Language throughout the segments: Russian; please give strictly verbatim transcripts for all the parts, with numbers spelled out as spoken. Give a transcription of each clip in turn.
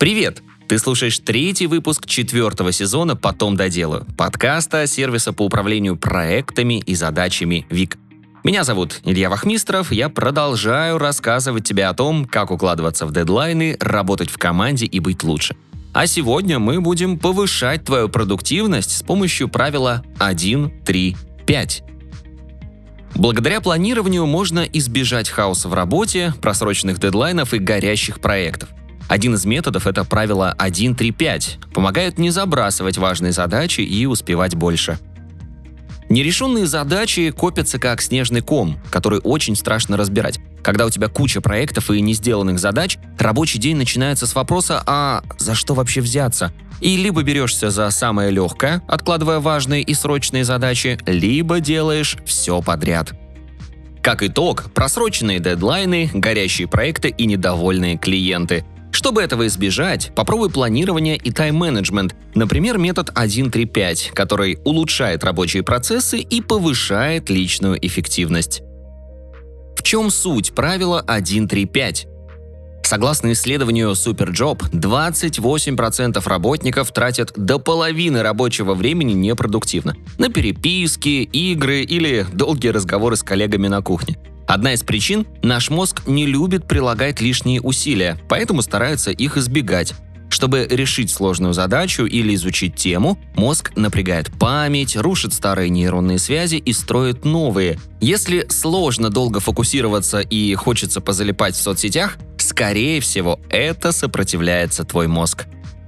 Привет! Ты слушаешь третий выпуск четвертого сезона «Потом доделаю» подкаста сервиса по управлению проектами и задачами ВИК. Меня зовут Илья Вахмистров, я продолжаю рассказывать тебе о том, как укладываться в дедлайны, работать в команде и быть лучше. А сегодня мы будем повышать твою продуктивность с помощью правила один три пять. Благодаря планированию можно избежать хаоса в работе, просроченных дедлайнов и горящих проектов. Один из методов — это правило один три пять. Помогает не забрасывать важные задачи и успевать больше. Нерешенные задачи копятся как снежный ком, который очень страшно разбирать. Когда у тебя куча проектов и не сделанных задач, рабочий день начинается с вопроса «а за что вообще взяться?». И либо берешься за самое легкое, откладывая важные и срочные задачи, либо делаешь все подряд. Как итог, просроченные дедлайны, горящие проекты и недовольные клиенты. Чтобы этого избежать, попробуй планирование и тайм-менеджмент, например, метод один три пять, который улучшает рабочие процессы и повышает личную эффективность. В чем суть правила один три пять? Согласно исследованию Superjob, двадцать восемь процентов работников тратят до половины рабочего времени непродуктивно – на переписки, игры или долгие разговоры с коллегами на кухне. Одна из причин – наш мозг не любит прилагать лишние усилия, поэтому старается их избегать. Чтобы решить сложную задачу или изучить тему, мозг напрягает память, рушит старые нейронные связи и строит новые. Если сложно долго фокусироваться и хочется позалипать в соцсетях, скорее всего, это сопротивляется твой мозг.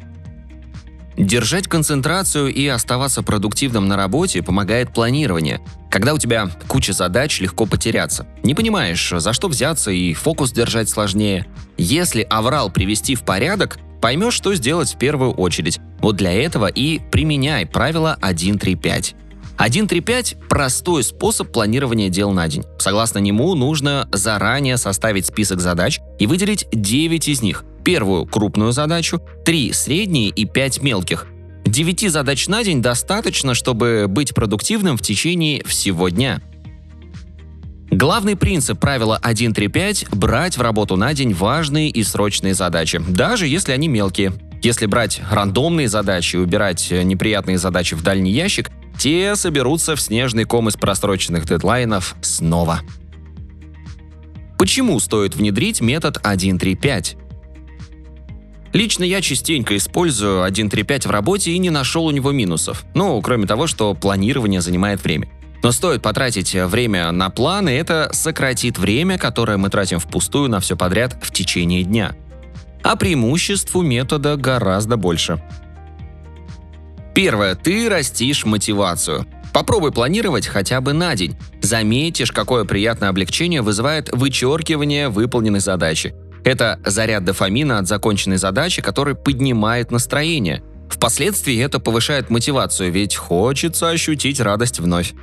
Держать концентрацию и оставаться продуктивным на работе помогает планирование. Когда у тебя куча задач, легко потеряться. Не понимаешь, за что взяться, и фокус держать сложнее. Если аврал привести в порядок, поймешь, что сделать в первую очередь. Вот для этого и применяй правило один три пять. один три пять – простой способ планирования дел на день. Согласно нему, нужно заранее составить список задач и выделить девять из них. Первую крупную задачу, три средние и пять мелких. девяти задач на день достаточно, чтобы быть продуктивным в течение всего дня. Главный принцип правила один три пять – брать в работу на день важные и срочные задачи, даже если они мелкие. Если брать рандомные задачи и убирать неприятные задачи в дальний ящик, те соберутся в снежный ком из просроченных дедлайнов снова. Почему стоит внедрить метод один три пять? Лично я частенько использую один три пять в работе и не нашел у него минусов. Ну, кроме того, что планирование занимает время. Но стоит потратить время на планы, это сократит время, которое мы тратим впустую на все подряд в течение дня. А преимуществ у метода гораздо больше. Первое. Ты растишь мотивацию. Попробуй планировать хотя бы на день. Заметишь, какое приятное облегчение вызывает вычеркивание выполненной задачи. Это заряд дофамина от законченной задачи, который поднимает настроение. Впоследствии это повышает мотивацию, ведь хочется ощутить радость вновь.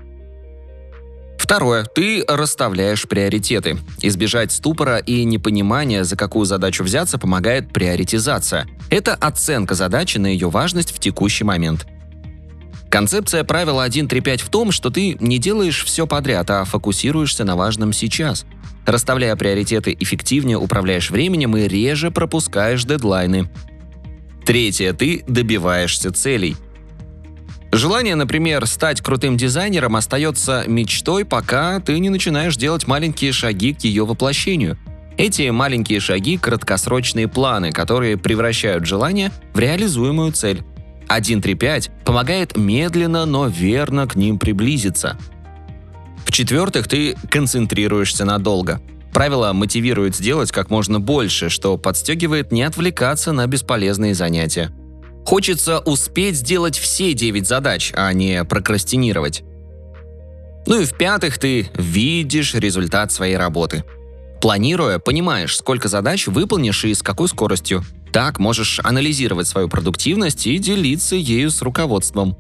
Второе. Ты расставляешь приоритеты. Избежать ступора и непонимания, за какую задачу взяться, помогает приоритизация. Это оценка задачи на ее важность в текущий момент. Концепция правила один три пять в том, что ты не делаешь все подряд, а фокусируешься на важном сейчас. Расставляя приоритеты, эффективнее управляешь временем и реже пропускаешь дедлайны. Третье. Ты добиваешься целей. Желание, например, стать крутым дизайнером остается мечтой, пока ты не начинаешь делать маленькие шаги к ее воплощению. Эти маленькие шаги – краткосрочные планы, которые превращают желание в реализуемую цель. один три пять помогает медленно, но верно к ним приблизиться. В-четвертых, ты концентрируешься надолго. Правило мотивирует сделать как можно больше, что подстегивает не отвлекаться на бесполезные занятия. Хочется успеть сделать все девять задач, а не прокрастинировать. Ну и в-пятых, ты видишь результат своей работы. Планируя, понимаешь, сколько задач выполнишь и с какой скоростью. Так можешь анализировать свою продуктивность и делиться ею с руководством.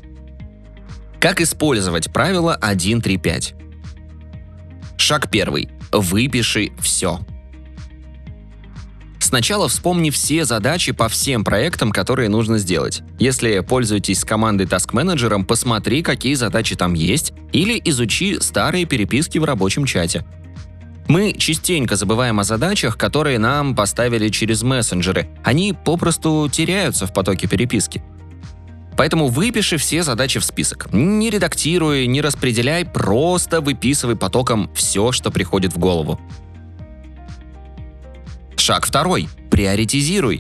Как использовать правило один три пять? Шаг первый. Выпиши все. Сначала вспомни все задачи по всем проектам, которые нужно сделать. Если пользуетесь командой Task Manager, посмотри, какие задачи там есть, или изучи старые переписки в рабочем чате. Мы частенько забываем о задачах, которые нам поставили через мессенджеры. Они попросту теряются в потоке переписки. Поэтому выпиши все задачи в список. Не редактируй, не распределяй, просто выписывай потоком все, что приходит в голову. Шаг второй. Приоритизируй.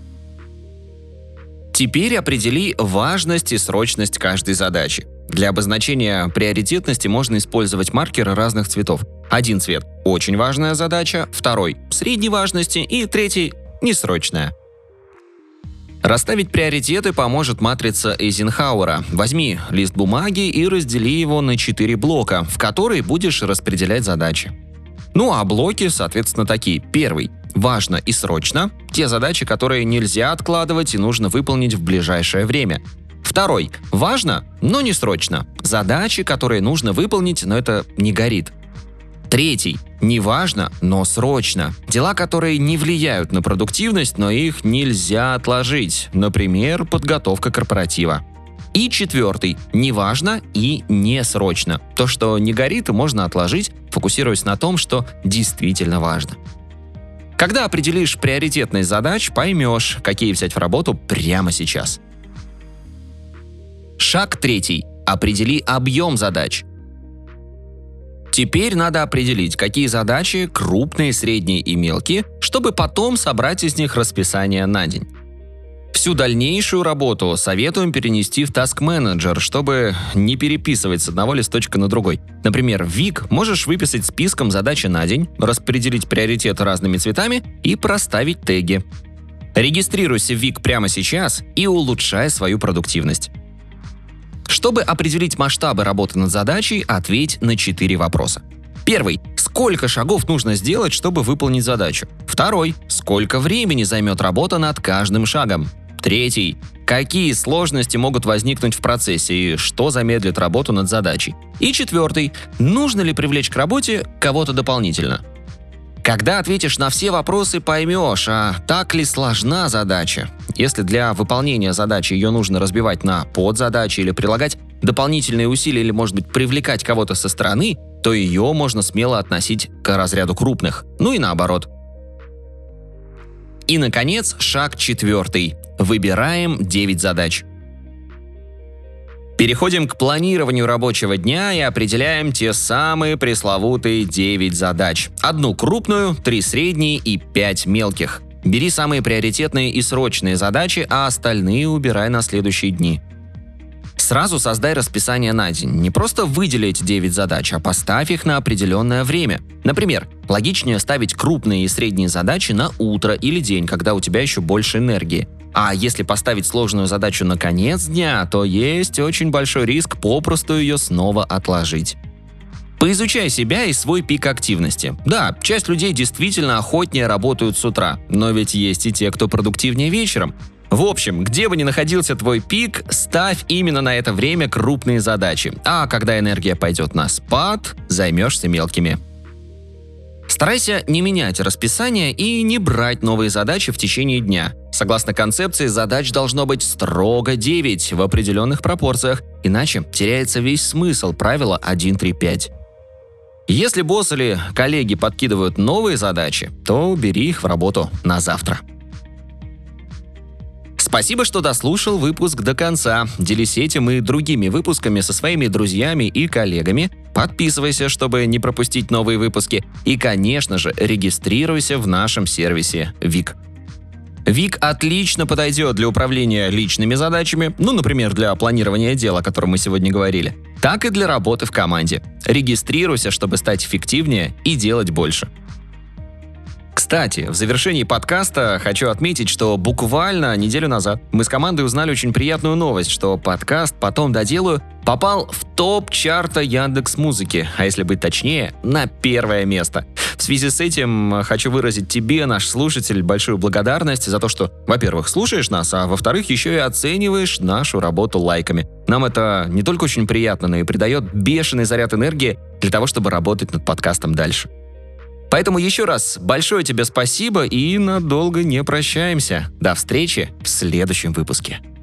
Теперь определи важность и срочность каждой задачи. Для обозначения приоритетности можно использовать маркеры разных цветов. Один цвет – очень важная задача, второй – средней важности и третий – несрочная. Расставить приоритеты поможет матрица Эйзенхауэра. Возьми лист бумаги и раздели его на четыре блока, в которые будешь распределять задачи. Ну а блоки, соответственно, такие. Первый – важно и срочно. Те задачи, которые нельзя откладывать и нужно выполнить в ближайшее время. Второй – важно, но не срочно. Задачи, которые нужно выполнить, но это не горит. Третий – не важно, но срочно. Дела, которые не влияют на продуктивность, но их нельзя отложить. Например, подготовка корпоратива. И четвертый – не важно и не срочно. То, что не горит, можно отложить, фокусируясь на том, что действительно важно. Когда определишь приоритетность задач, поймешь, какие взять в работу прямо сейчас. Шаг третий. Определи объем задач. Теперь надо определить, какие задачи крупные, средние и мелкие, чтобы потом собрать из них расписание на день. Всю дальнейшую работу советуем перенести в Task Manager, чтобы не переписывать с одного листочка на другой. Например, в Вик можешь выписать списком задачи на день, распределить приоритеты разными цветами и проставить теги. Регистрируйся в Вик прямо сейчас и улучшай свою продуктивность. Чтобы определить масштабы работы над задачей, ответь на четыре вопроса. Первый. Сколько шагов нужно сделать, чтобы выполнить задачу? Второй. Сколько времени займет работа над каждым шагом? Третий. Какие сложности могут возникнуть в процессе и что замедлит работу над задачей? И четвертый. Нужно ли привлечь к работе кого-то дополнительно? Когда ответишь на все вопросы, поймешь, а так ли сложна задача. Если для выполнения задачи ее нужно разбивать на подзадачи или прилагать дополнительные усилия или, может быть, привлекать кого-то со стороны, то ее можно смело относить к разряду крупных. Ну и наоборот. И, наконец, шаг четвертый. Выбираем девять задач. Переходим к планированию рабочего дня и определяем те самые пресловутые девять задач. Одну крупную, три средние и пять мелких. Бери самые приоритетные и срочные задачи, а остальные убирай на следующие дни. Сразу создай расписание на день. Не просто выдели эти девять задач, а поставь их на определенное время. Например, логичнее ставить крупные и средние задачи на утро или день, когда у тебя еще больше энергии. А если поставить сложную задачу на конец дня, то есть очень большой риск попросту ее снова отложить. Поизучай себя и свой пик активности. Да, часть людей действительно охотнее работают с утра, но ведь есть и те, кто продуктивнее вечером. В общем, где бы ни находился твой пик, ставь именно на это время крупные задачи. А когда энергия пойдет на спад, займешься мелкими. Старайся не менять расписание и не брать новые задачи в течение дня. Согласно концепции, задач должно быть строго девять в определенных пропорциях, иначе теряется весь смысл правила один три пять. Если босс или коллеги подкидывают новые задачи, то убери их в работу на завтра. Спасибо, что дослушал выпуск до конца. Делись этим и другими выпусками со своими друзьями и коллегами. Подписывайся, чтобы не пропустить новые выпуски. И, конечно же, регистрируйся в нашем сервисе Вик. Вик отлично подойдет для управления личными задачами, ну, например, для планирования дел, о котором мы сегодня говорили, так и для работы в команде. Регистрируйся, чтобы стать эффективнее и делать больше. Кстати, в завершении подкаста хочу отметить, что буквально неделю назад мы с командой узнали очень приятную новость, что подкаст «Потом доделаю» попал в топ чарта Яндекс.Музыки, а если быть точнее, на первое место. В связи с этим хочу выразить тебе, наш слушатель, большую благодарность за то, что, во-первых, слушаешь нас, а во-вторых, еще и оцениваешь нашу работу лайками. Нам это не только очень приятно, но и придает бешеный заряд энергии для того, чтобы работать над подкастом дальше. Поэтому еще раз большое тебе спасибо и надолго не прощаемся. До встречи в следующем выпуске.